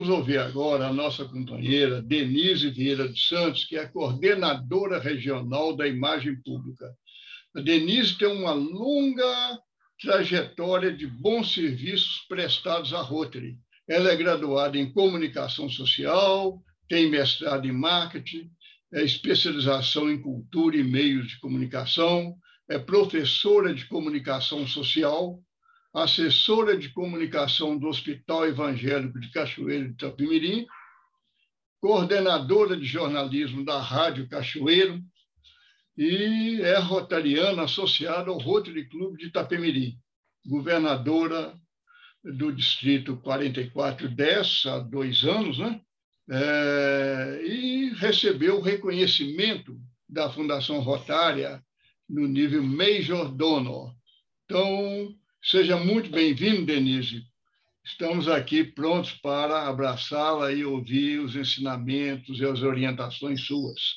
ouvir agora a nossa companheira Denise Vieira dos Santos, que é coordenadora regional da imagem pública. A Denise tem uma longa trajetória de bons serviços prestados à Rotary. Ela é graduada em comunicação social, tem mestrado em marketing, é especialização em cultura e meios de comunicação, é professora de comunicação social, assessora de comunicação do Hospital Evangélico de Cachoeiro de Itapemirim, coordenadora de jornalismo da Rádio Cachoeiro e é rotariana associada ao Rotary Clube de Itapemirim, governadora do Distrito 4410 há 2 anos, né? E recebeu o reconhecimento da Fundação Rotária no nível Major Donor. Então, seja muito bem-vindo, Denise. Estamos aqui prontos para abraçá-la e ouvir os ensinamentos e as orientações suas.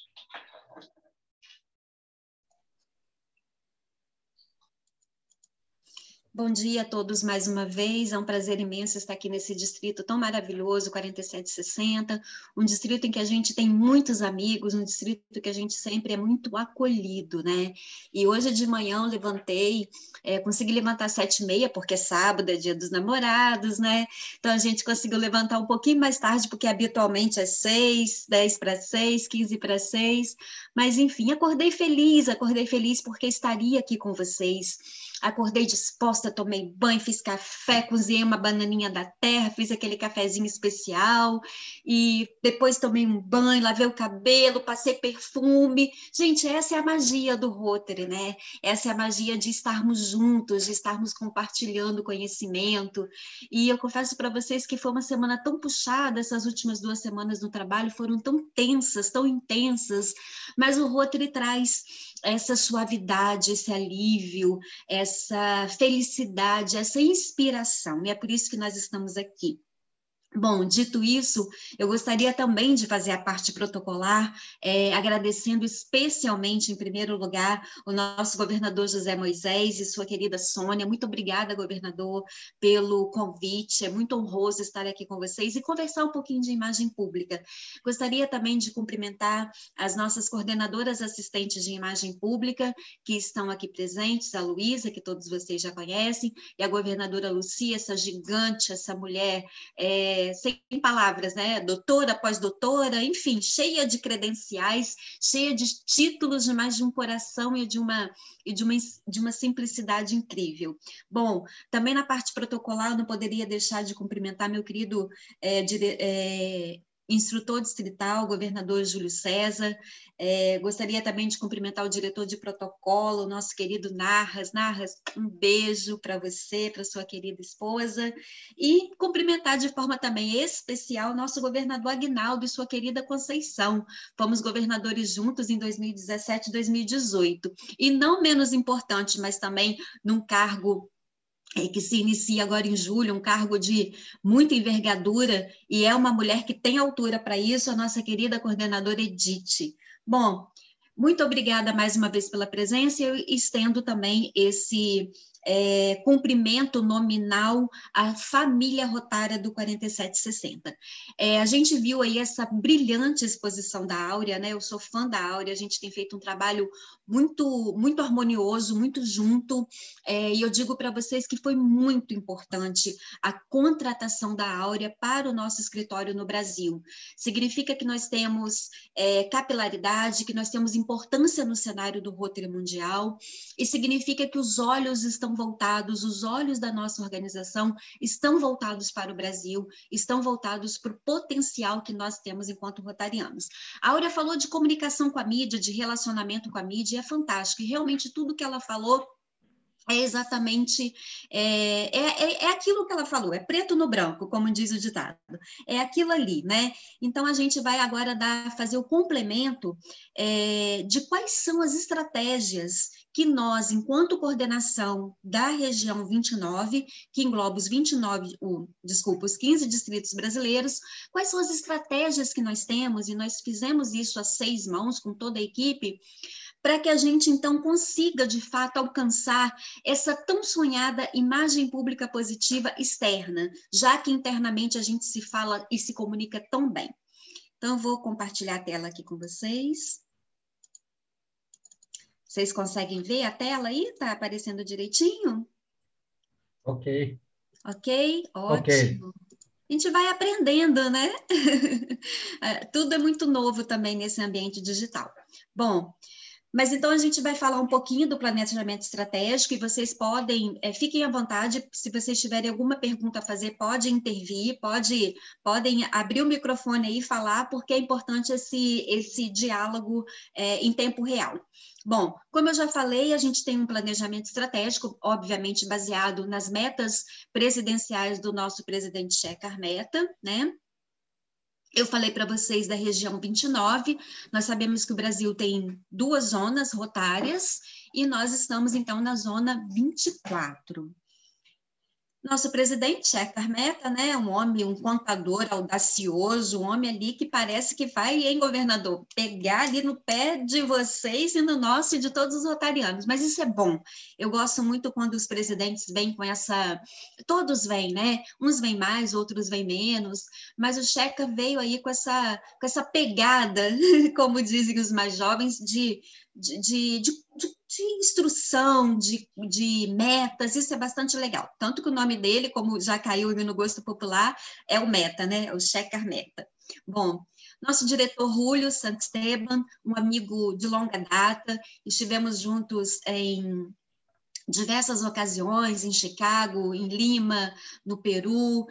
Bom dia a todos mais uma vez, é um prazer imenso estar aqui nesse distrito tão maravilhoso, 4760, um distrito em que a gente tem muitos amigos, um distrito que a gente sempre é muito acolhido, né? E hoje de manhã eu levantei, consegui levantar às 7h30, porque é sábado, é dia dos namorados, né? Então a gente conseguiu levantar um pouquinho mais tarde, porque habitualmente é 6, 10 para 6, 15 para 6, mas enfim, acordei feliz porque estaria aqui com vocês. Acordei disposta, tomei banho, fiz café, cozinhei uma bananinha da terra, fiz aquele cafezinho especial e depois tomei um banho, lavei o cabelo, passei perfume. Gente, essa é a magia do Rotary, né? Essa é a magia de estarmos juntos, de estarmos compartilhando conhecimento. E eu confesso para vocês que foi uma semana tão puxada, essas últimas 2 semanas no trabalho foram tão tensas, tão intensas, mas o Rotary traz essa suavidade, esse alívio, essa felicidade, essa inspiração, e é por isso que nós estamos aqui. Bom, dito isso, eu gostaria também de fazer a parte protocolar, agradecendo especialmente, em primeiro lugar, o nosso governador José Moisés e sua querida Sônia. Muito obrigada, governador, pelo convite. É muito honroso estar aqui com vocês e conversar um pouquinho de imagem pública. Gostaria também de cumprimentar as nossas coordenadoras assistentes de imagem pública, que estão aqui presentes, a Luísa, que todos vocês já conhecem, e a governadora Lucia, essa gigante, essa mulher sem palavras, né? Doutora, pós-doutora, enfim, cheia de credenciais, cheia de títulos de mais de um coração e de uma simplicidade incrível. Bom, também na parte protocolar, eu não poderia deixar de cumprimentar meu querido instrutor distrital, governador Júlio César. Gostaria também de cumprimentar o diretor de protocolo, nosso querido Narras. Narras, um beijo para você, para sua querida esposa, e cumprimentar de forma também especial nosso governador Aguinaldo e sua querida Conceição. Fomos governadores juntos em 2017 e 2018, e não menos importante, mas também num cargo que se inicia agora em julho, um cargo de muita envergadura, e é uma mulher que tem altura para isso, a nossa querida coordenadora Edith. Bom, muito obrigada mais uma vez pela presença, eu estendo também esse cumprimento nominal à família rotária do 4760. A gente viu aí essa brilhante exposição da Áurea, né? Eu sou fã da Áurea, a gente tem feito um trabalho muito, muito harmonioso, muito junto, e eu digo para vocês que foi muito importante a contratação da Áurea para o nosso escritório no Brasil. Significa que nós temos capilaridade, que nós temos importância no cenário do Rotary Mundial, e significa que os olhos estão voltados, os olhos da nossa organização estão voltados para o Brasil, estão voltados para o potencial que nós temos enquanto rotarianos. A Áurea falou de comunicação com a mídia, de relacionamento com a mídia, é fantástico, e realmente tudo que ela falou é exatamente, aquilo que ela falou, é preto no branco, como diz o ditado, é aquilo ali, né? Então, a gente vai agora fazer o complemento de quais são as estratégias que nós, enquanto coordenação da região 29, que engloba os 15 distritos brasileiros, quais são as estratégias que nós temos, e nós fizemos isso a 6 mãos, com toda a equipe, para que a gente, então, consiga, de fato, alcançar essa tão sonhada imagem pública positiva externa, já que internamente a gente se fala e se comunica tão bem. Então, eu vou compartilhar a tela aqui com vocês. Vocês conseguem ver a tela aí? Está aparecendo direitinho? Ok. Ok? Ok. Ótimo. A gente vai aprendendo, né? Tudo é muito novo também nesse ambiente digital. Bom, mas então a gente vai falar um pouquinho do planejamento estratégico e vocês podem, fiquem à vontade, se vocês tiverem alguma pergunta a fazer, podem intervir, podem abrir o microfone aí e falar, porque é importante esse diálogo em tempo real. Bom, como eu já falei, a gente tem um planejamento estratégico, obviamente baseado nas metas presidenciais do nosso presidente Shekhar Mehta, né? Eu falei para vocês da região 29, nós sabemos que o Brasil tem 2 zonas rotárias e nós estamos, então, na zona 24. Nosso presidente, Shekhar Mehta, né, um homem, um contador audacioso, um homem ali que parece que vai, hein, governador, pegar ali no pé de vocês e no nosso e de todos os rotarianos, mas isso é bom. Eu gosto muito quando os presidentes vêm com essa... Todos vêm, né? Uns vêm mais, outros vêm menos, mas o Shekhar veio aí com essa pegada, como dizem os mais jovens, de instrução, de metas, isso é bastante legal. Tanto que o nome dele, como já caiu no gosto popular, é o Mehta, né? É o Shekhar Mehta. Bom, nosso diretor Julio Santisteban, um amigo de longa data, estivemos juntos em diversas ocasiões, em Chicago, em Lima, no Peru,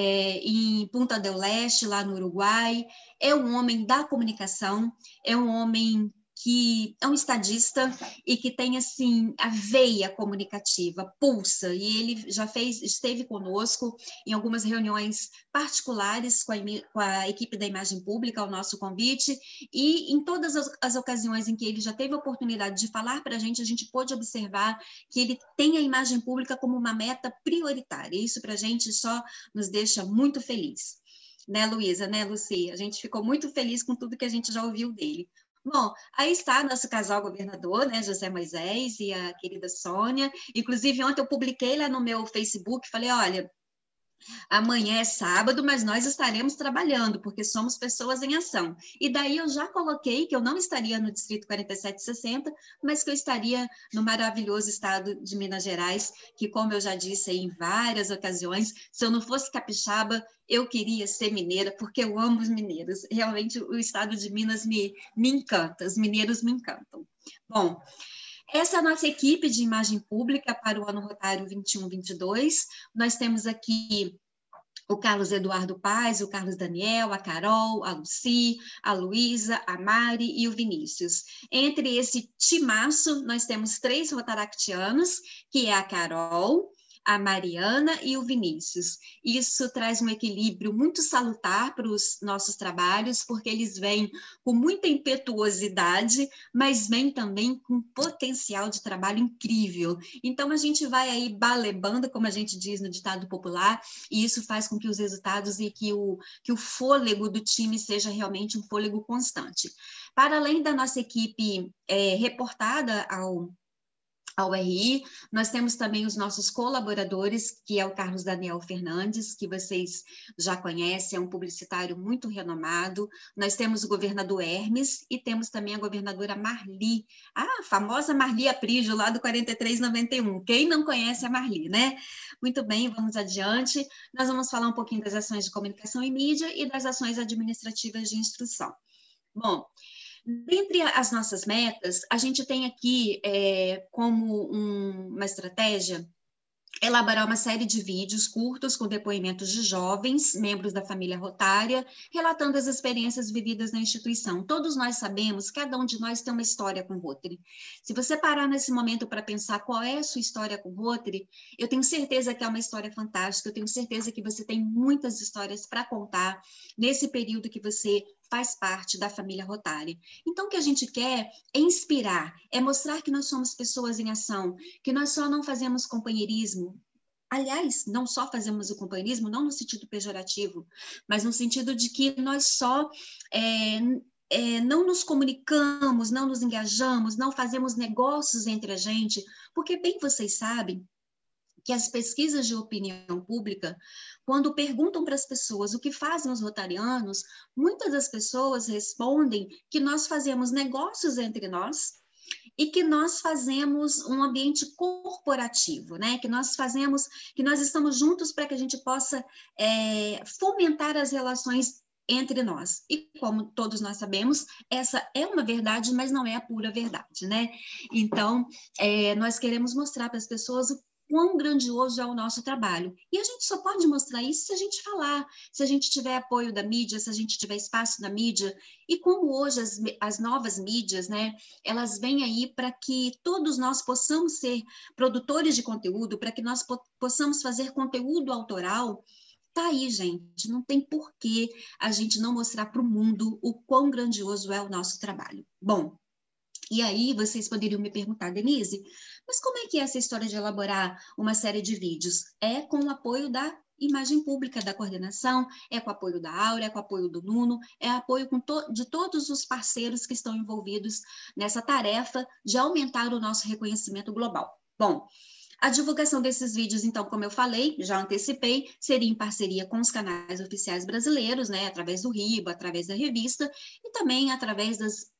em Punta del Este, lá no Uruguai. É um homem da comunicação, é um homem que é um estadista e que tem, assim, a veia comunicativa, pulsa, e ele já esteve conosco em algumas reuniões particulares com a equipe da imagem pública, ao nosso convite, e em todas as ocasiões em que ele já teve a oportunidade de falar para a gente pôde observar que ele tem a imagem pública como uma meta prioritária, e isso para a gente só nos deixa muito feliz. Né, Luísa, né, Luci? A gente ficou muito feliz com tudo que a gente já ouviu dele. Bom, aí está nosso casal governador, né, José Moisés e a querida Sônia. Inclusive, ontem eu publiquei lá no meu Facebook, falei, olha, amanhã é sábado, mas nós estaremos trabalhando, porque somos pessoas em ação. E daí eu já coloquei que eu não estaria no Distrito 4760, mas que eu estaria no maravilhoso estado de Minas Gerais, que, como eu já disse em várias ocasiões, se eu não fosse capixaba, eu queria ser mineira, porque eu amo os mineiros. Realmente, o estado de Minas me encanta, os mineiros me encantam. Bom, essa é a nossa equipe de imagem pública para o ano rotário 21-22. Nós temos aqui o Carlos Eduardo Paz, o Carlos Daniel, a Carol, a Luci, a Luísa, a Mari e o Vinícius. Entre esse timaço, nós temos 3 rotaractianos, que é a Carol, a Mariana e o Vinícius. Isso traz um equilíbrio muito salutar para os nossos trabalhos, porque eles vêm com muita impetuosidade, mas vêm também com potencial de trabalho incrível. Então, a gente vai aí balebando, como a gente diz no ditado popular, e isso faz com que os resultados e que o fôlego do time seja realmente um fôlego constante. Para além da nossa equipe reportada ao RI, nós temos também os nossos colaboradores, que é o Carlos Daniel Fernandes, que vocês já conhecem, é um publicitário muito renomado. Nós temos o governador Hermes e temos também a governadora Marli, a famosa Marli Aprígio, lá do 4391. Quem não conhece a Marli, né? Muito bem, vamos adiante. Nós vamos falar um pouquinho das ações de comunicação e mídia e das ações administrativas de instrução. Bom, dentre as nossas metas, a gente tem aqui como uma estratégia elaborar uma série de vídeos curtos com depoimentos de jovens, membros da família rotária, relatando as experiências vividas na instituição. Todos nós sabemos, cada um de nós tem uma história com Rotary. Se você parar nesse momento para pensar qual é a sua história com Rotary, eu tenho certeza que é uma história fantástica, eu tenho certeza que você tem muitas histórias para contar nesse período que você faz parte da família rotária. Então, o que a gente quer é inspirar, é mostrar que nós somos pessoas em ação, que nós só não fazemos companheirismo. Aliás, não só fazemos o companheirismo, não no sentido pejorativo, mas no sentido de que nós só não nos comunicamos, não nos engajamos, não fazemos negócios entre a gente, porque bem vocês sabem que as pesquisas de opinião pública, quando perguntam para as pessoas o que fazem os rotarianos, muitas das pessoas respondem que nós fazemos negócios entre nós e que nós fazemos um ambiente corporativo, né? Que nós estamos juntos para que a gente possa fomentar as relações entre nós. E como todos nós sabemos, essa é uma verdade, mas não é a pura verdade, né? Então, nós queremos mostrar para as pessoas o quão grandioso é o nosso trabalho. E a gente só pode mostrar isso se a gente falar, se a gente tiver apoio da mídia, se a gente tiver espaço na mídia. E como hoje as novas mídias, né, elas vêm aí para que todos nós possamos ser produtores de conteúdo, para que nós possamos fazer conteúdo autoral. Tá aí, gente, não tem por que a gente não mostrar para o mundo o quão grandioso é o nosso trabalho. Bom, e aí vocês poderiam me perguntar, Denise, mas como é que é essa história de elaborar uma série de vídeos? É com o apoio da imagem pública da coordenação, é com o apoio da Áurea, é com o apoio do Nuno, é apoio de todos os parceiros que estão envolvidos nessa tarefa de aumentar o nosso reconhecimento global. Bom, a divulgação desses vídeos, então, como eu falei, já antecipei, seria em parceria com os canais oficiais brasileiros, né, através do RIBA, através da revista e também através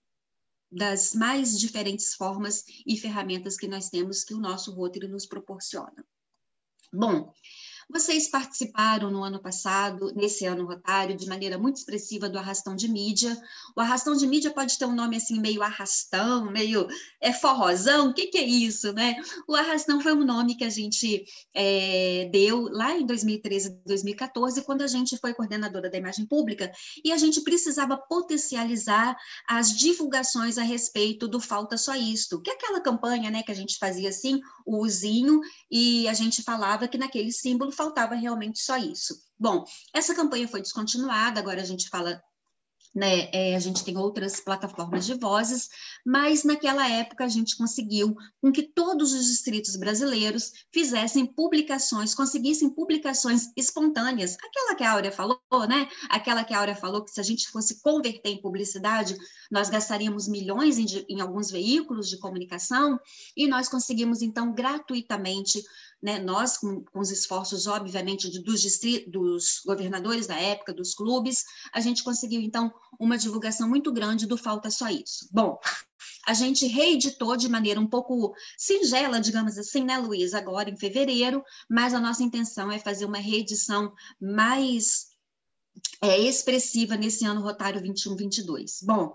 das mais diferentes formas e ferramentas que nós temos que o nosso Rotary nos proporciona. Bom, vocês participaram no ano passado, nesse ano rotário, de maneira muito expressiva do Arrastão de Mídia. O Arrastão de Mídia pode ter um nome assim meio arrastão, meio forrozão, o que é isso, né? O Arrastão foi um nome que a gente deu lá em 2013, 2014, quando a gente foi coordenadora da imagem pública, e a gente precisava potencializar as divulgações a respeito do Falta Só Isto, que é aquela campanha, né, que a gente fazia assim, o usinho, e a gente falava que naquele símbolo faltava realmente só isso. Bom, essa campanha foi descontinuada, agora a gente fala, né, a gente tem outras plataformas de vozes, mas naquela época a gente conseguiu com que todos os distritos brasileiros fizessem publicações, conseguissem publicações espontâneas, aquela que a Áurea falou, né? Aquela que a Áurea falou que se a gente fosse converter em publicidade, nós gastaríamos milhões em alguns veículos de comunicação, e nós conseguimos, então, gratuitamente, né, nós, com os esforços, obviamente, dos governadores da época, dos clubes, a gente conseguiu, então, uma divulgação muito grande do Falta Só Isso. Bom, a gente reeditou de maneira um pouco singela, digamos assim, né, Luiz, agora em fevereiro, mas a nossa intenção é fazer uma reedição mais expressiva nesse ano rotário 21-22. Bom,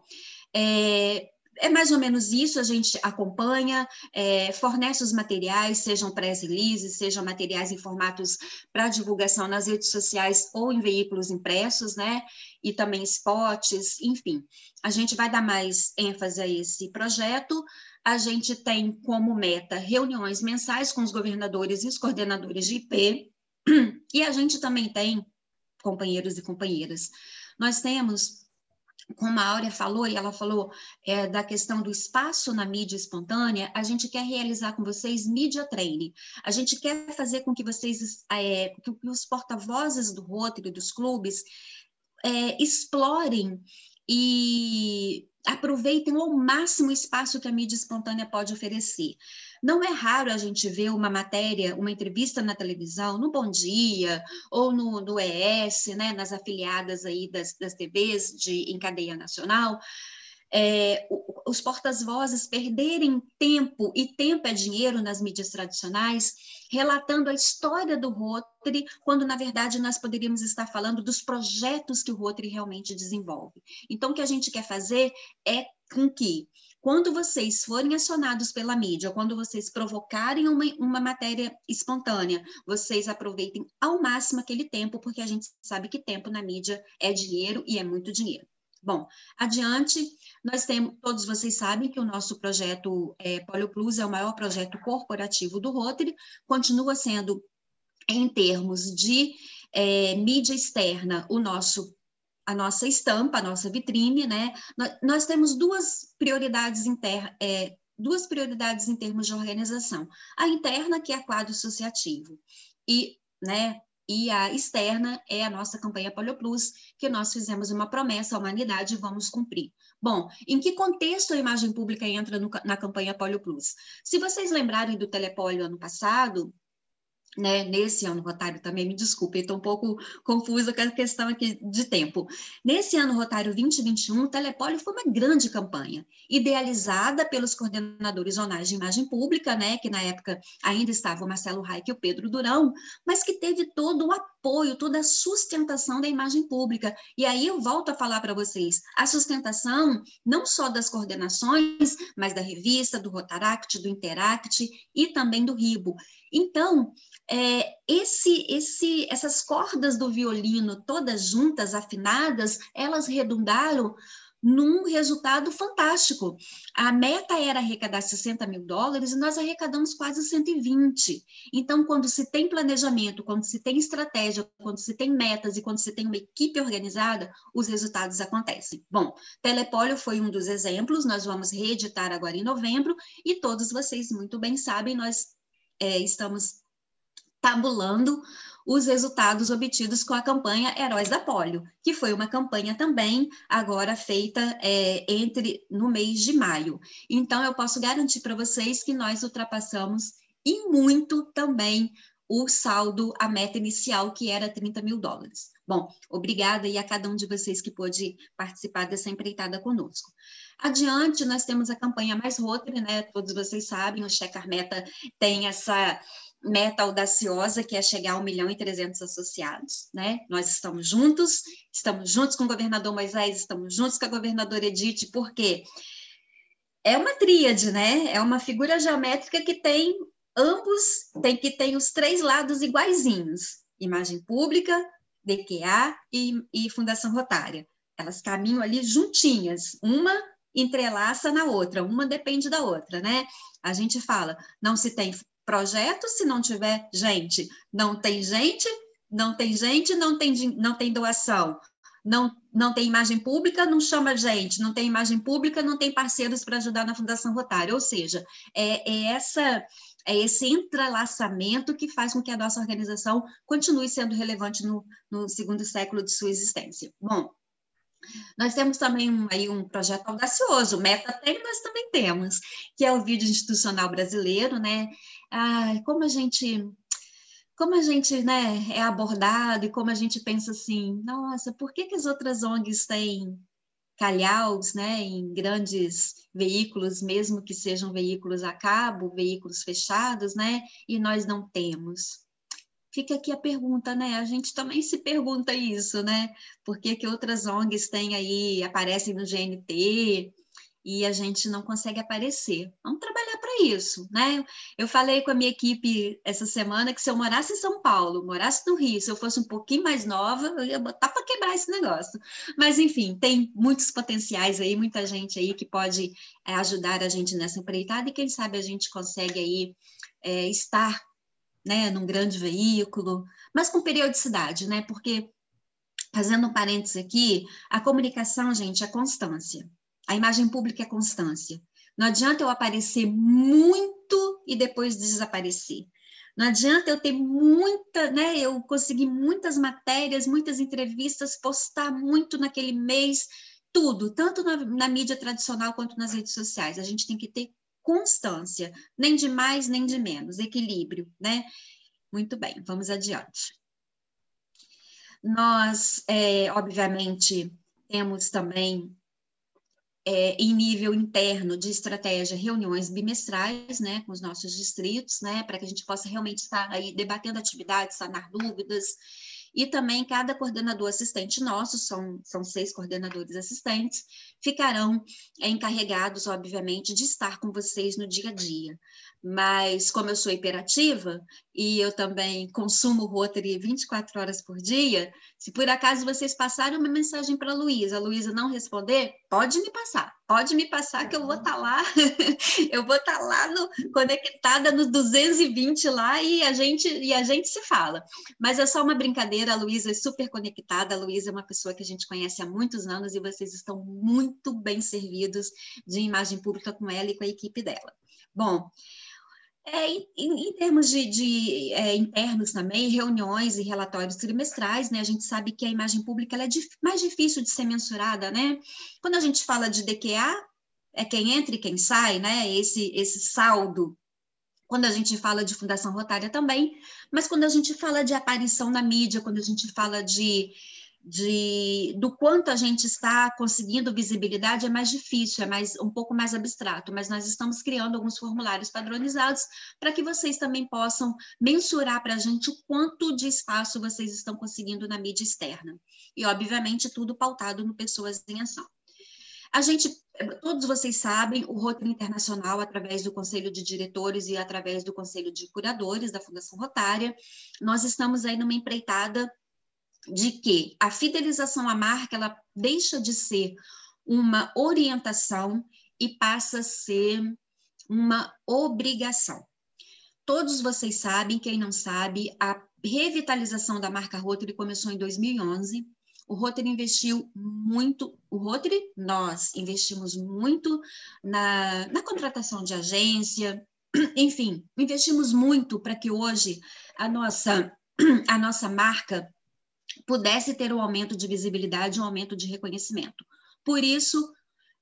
é mais ou menos isso, a gente acompanha, fornece os materiais, sejam press releases, sejam materiais em formatos para divulgação nas redes sociais ou em veículos impressos, né? E também spots, enfim. A gente vai dar mais ênfase a esse projeto. A gente tem como meta reuniões mensais com os governadores e os coordenadores de IP, e a gente também tem, companheiros e companheiras, nós temos, como a Áurea falou, e ela falou da questão do espaço na mídia espontânea, a gente quer realizar com vocês Media Training. A gente quer fazer com que vocês, que os porta-vozes do Rotary, dos clubes, explorem e aproveitem ao máximo o espaço que a mídia espontânea pode oferecer. Não é raro a gente ver uma matéria, uma entrevista na televisão, no Bom Dia, ou no ES, né, nas afiliadas aí das TVs em cadeia nacional, os porta-vozes perderem tempo, e tempo é dinheiro nas mídias tradicionais, relatando a história do Rotary, quando, na verdade, nós poderíamos estar falando dos projetos que o Rotary realmente desenvolve. Então, o que a gente quer fazer é com que, quando vocês forem acionados pela mídia, ou quando vocês provocarem uma matéria espontânea, vocês aproveitem ao máximo aquele tempo, porque a gente sabe que tempo na mídia é dinheiro e é muito dinheiro. Bom, adiante, nós temos, todos vocês sabem que o nosso projeto Polio Plus é o maior projeto corporativo do Rotary, continua sendo, em termos de mídia externa, a nossa estampa, a nossa vitrine, né? Nós temos duas prioridades em termos de organização. A interna, que é quadro associativo, e, né, e a externa é a nossa campanha Polio Plus, que nós fizemos uma promessa à humanidade e vamos cumprir. Bom, em que contexto a imagem pública entra na campanha Polio Plus? Se vocês lembrarem do Telepólio ano passado, né, nesse ano, Rotário, também me desculpe, estou um pouco confusa com a questão aqui de tempo. Nesse ano, Rotário 2021, o Telepólio foi uma grande campanha, idealizada pelos coordenadores zonais de imagem pública, né, que na época ainda estavam o Marcelo Reich e o Pedro Durão, mas que teve todo o apoio, toda a sustentação da imagem pública. E aí eu volto a falar para vocês, a sustentação não só das coordenações, mas da revista, do Rotaract, do Interact e também do RIBO. Então, essas cordas do violino, todas juntas, afinadas, elas redundaram num resultado fantástico. A meta era arrecadar $60 mil e nós arrecadamos quase 120. Então, quando se tem planejamento, quando se tem estratégia, quando se tem metas e quando se tem uma equipe organizada, os resultados acontecem. Bom, Telepólio foi um dos exemplos, nós vamos reeditar agora em novembro e todos vocês muito bem sabem, nós estamos tabulando os resultados obtidos com a campanha Heróis da Polio, que foi uma campanha também agora feita no mês de maio. Então, eu posso garantir para vocês que nós ultrapassamos e muito também o saldo, a meta inicial, que era $30 mil. Bom, obrigada e a cada um de vocês que pôde participar dessa empreitada conosco. Adiante, nós temos a campanha Mais Rotary, né? Todos vocês sabem, o Checar Meta tem essa meta audaciosa, que é chegar a 1.300.000 associados, né? Nós estamos juntos com o governador Moisés, estamos juntos com a governadora Edith, porque é uma tríade, né? É uma figura geométrica que tem tem os três lados iguaizinhos, imagem pública, DQA e Fundação Rotária. Elas caminham ali juntinhas, uma entrelaça na outra, uma depende da outra, né? A gente fala, não se tem projeto se não tiver gente. Não tem gente, não tem doação. Não tem imagem pública, não chama gente. Não tem imagem pública, não tem parceiros para ajudar na Fundação Rotária. Ou seja, esse entrelaçamento que faz com que a nossa organização continue sendo relevante no segundo século de sua existência. Bom, nós temos também um projeto audacioso, Meta tem, nós também temos, que é o Vídeo Institucional Brasileiro, né? Como a gente, né, é abordado e como a gente pensa assim, nossa, por que as outras ONGs têm calhaus, né, em grandes veículos, mesmo que sejam veículos a cabo, veículos fechados, né, e nós não temos? Fica aqui a pergunta, né? A gente também se pergunta isso, né? Por que outras ONGs aparecem no GNT e a gente não consegue aparecer? Vamos trabalhar para isso, né? Eu falei com a minha equipe essa semana que se eu morasse em São Paulo, morasse no Rio, se eu fosse um pouquinho mais nova, eu ia botar para quebrar esse negócio. Mas, enfim, tem muitos potenciais aí, muita gente aí que pode ajudar a gente nessa empreitada e quem sabe a gente consegue aí estar, né, num grande veículo, mas com periodicidade, né? Porque, fazendo um parênteses aqui, a comunicação, gente, é constância. A imagem pública é constância. Não adianta eu aparecer muito e depois desaparecer. Não adianta eu ter né? Eu conseguir muitas matérias, muitas entrevistas, postar muito naquele mês, tudo, tanto na mídia tradicional quanto nas redes sociais. A gente tem que ter constância, nem de mais, nem de menos, equilíbrio, né? Muito bem, vamos adiante. Nós, obviamente, temos também, em nível interno de estratégia, reuniões bimestrais, né, com os nossos distritos, né, para que a gente possa realmente estar aí debatendo atividades, sanar dúvidas, e também cada coordenador assistente nosso, são 6 coordenadores assistentes, ficarão encarregados, obviamente, de estar com vocês no dia a dia. Mas, como eu sou hiperativa e eu também consumo Rotary 24 horas por dia, se por acaso vocês passarem uma mensagem para a Luísa não responder, pode me passar que eu vou estar lá, eu vou estar lá conectada no 220 lá e a gente se fala. Mas é só uma brincadeira, a Luísa é super conectada, a Luísa é uma pessoa que a gente conhece há muitos anos e vocês estão muito bem servidos de imagem pública com ela e com a equipe dela. Bom, Em termos de internos também, reuniões e relatórios trimestrais, né, a gente sabe que a imagem pública ela é mais difícil de ser mensurada, né? Quando a gente fala de DQA, é quem entra e quem sai, né? Esse saldo. Quando a gente fala de Fundação Rotária também, mas quando a gente fala de aparição na mídia, quando a gente fala do quanto a gente está conseguindo visibilidade, é mais difícil, um pouco mais abstrato, mas nós estamos criando alguns formulários padronizados para que vocês também possam mensurar para a gente o quanto de espaço vocês estão conseguindo na mídia externa. E, obviamente, tudo pautado no Pessoas em Ação. Todos vocês sabem, o Rotary Internacional, através do Conselho de Diretores e através do Conselho de Curadores da Fundação Rotária, nós estamos aí numa empreitada de que a fidelização à marca, ela deixa de ser uma orientação e passa a ser uma obrigação. Todos vocês sabem, quem não sabe, a revitalização da marca Rotary começou em 2011, o Rotary investiu muito, nós investimos muito na contratação de agência, enfim, investimos muito para que hoje a nossa marca pudesse ter um aumento de visibilidade, um aumento de reconhecimento. Por isso,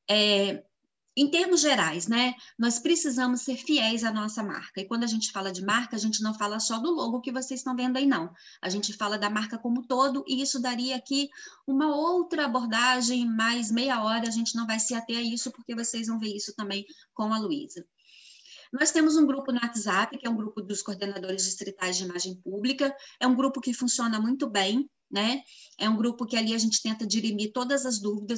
em termos gerais, né, nós precisamos ser fiéis à nossa marca. E quando a gente fala de marca, a gente não fala só do logo que vocês estão vendo aí, não. A gente fala da marca como todo, e isso daria aqui uma outra abordagem, mais meia hora, a gente não vai se ater a isso, porque vocês vão ver isso também com a Luísa. Nós temos um grupo no WhatsApp, que é um grupo dos coordenadores distritais de imagem pública, é um grupo que funciona muito bem, né? É um grupo que ali a gente tenta dirimir todas as dúvidas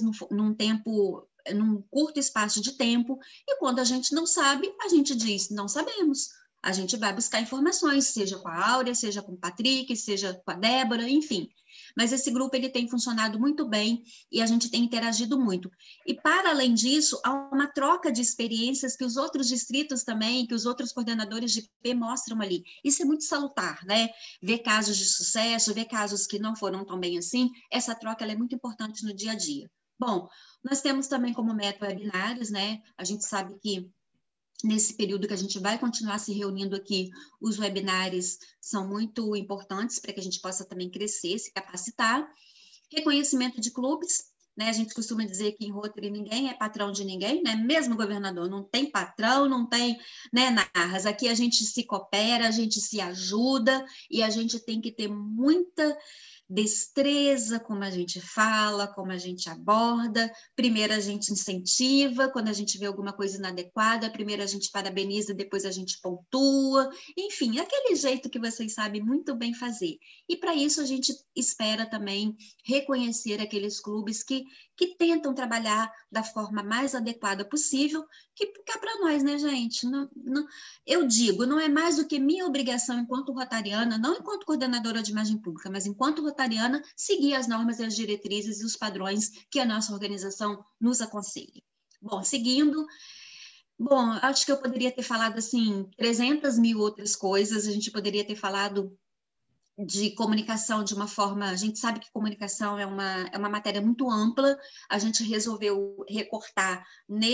num curto espaço de tempo, e quando a gente não sabe, a gente diz, não sabemos. A gente vai buscar informações, seja com a Áurea, seja com o Patrick, seja com a Débora, enfim. Mas esse grupo ele tem funcionado muito bem e a gente tem interagido muito. E, para além disso, há uma troca de experiências que os outros distritos também, que os outros coordenadores de IP mostram ali. Isso é muito salutar, né? Ver casos de sucesso, ver casos que não foram tão bem assim, essa troca ela é muito importante no dia a dia. Bom, nós temos também como meta webinários, né? A gente sabe que nesse período que a gente vai continuar se reunindo aqui, os webinários são muito importantes para que a gente possa também crescer, se capacitar. Reconhecimento de clubes, né? A gente costuma dizer que em Rotary ninguém é patrão de ninguém, né? Mesmo governador, não tem patrão, não tem, né, narras. Aqui a gente se coopera, a gente se ajuda e a gente tem que ter muita destreza, como a gente fala, como a gente aborda. Primeiro a gente incentiva, quando a gente vê alguma coisa inadequada, primeiro a gente parabeniza, depois a gente pontua, enfim, aquele jeito que vocês sabem muito bem fazer. E para isso a gente espera também reconhecer aqueles clubes que tentam trabalhar da forma mais adequada possível, que é para nós, né, gente? Eu digo, não é mais do que minha obrigação enquanto rotariana, não enquanto coordenadora de imagem pública, mas enquanto rotariana, seguir as normas e as diretrizes e os padrões que a nossa organização nos aconselha. Bom, seguindo, acho que eu poderia ter falado, assim, 300 mil outras coisas, a gente poderia ter falado de comunicação de uma forma, a gente sabe que comunicação é uma matéria muito ampla, a gente resolveu recortar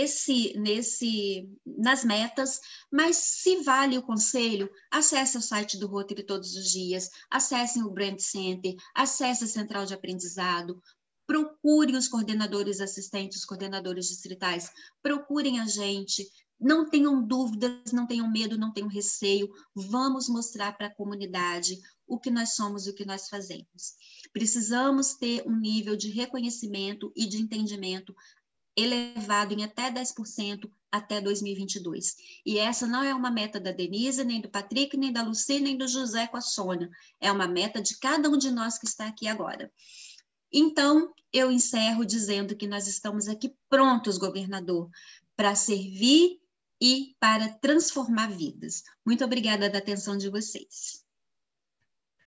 nas metas, mas se vale o conselho, acesse o site do Rotary todos os dias, acessem o Brand Center, acesse a Central de Aprendizado, procurem os coordenadores assistentes, os coordenadores distritais, procurem a gente, não tenham dúvidas, não tenham medo, não tenham receio, vamos mostrar para a comunidade o que nós somos e o que nós fazemos. Precisamos ter um nível de reconhecimento e de entendimento elevado em até 10% até 2022. E essa não é uma meta da Denise, nem do Patrick, nem da Lucy, nem do José com a Sônia. É uma meta de cada um de nós que está aqui agora. Então, eu encerro dizendo que nós estamos aqui prontos, governador, para servir e para transformar vidas. Muito obrigada da atenção de vocês.